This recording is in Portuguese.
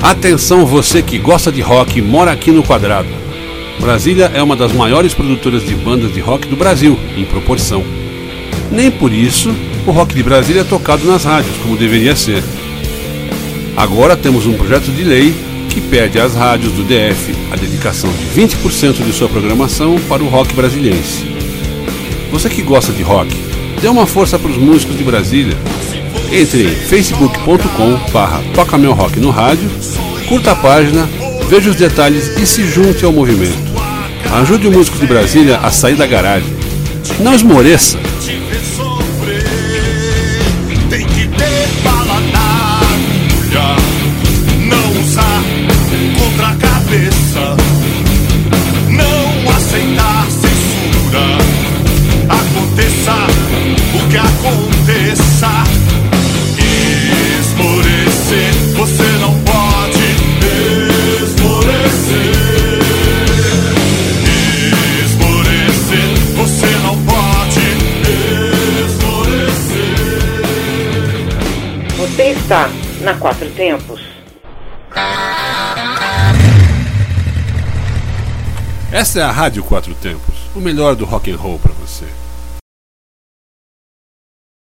Atenção você que gosta de rock e mora aqui no Quadrado. Brasília é uma das maiores produtoras de bandas de rock do Brasil, em proporção. Nem por isso o rock de Brasília é tocado nas rádios, como deveria ser. Agora temos um projeto de lei que pede às rádios do DF a dedicação de 20% de sua programação para o rock brasiliense. Você que gosta de rock, dê uma força para os músicos de Brasília. Entre em facebook.com/Toca Meu Rock no Rádio, curta a página, veja os detalhes e se junte ao movimento. Ajude o músico de Brasília a sair da garagem. Não esmoreça! Tem que ter bala na agulha, não usar contra a cabeça, não aceitar censura, aconteça o que aconteça. Esmorecer, você não pode esmorecer. Esmorecer, você não pode esmorecer. Você está na Quatro Tempos. Essa é a Rádio Quatro Tempos, o melhor do rock and roll para você.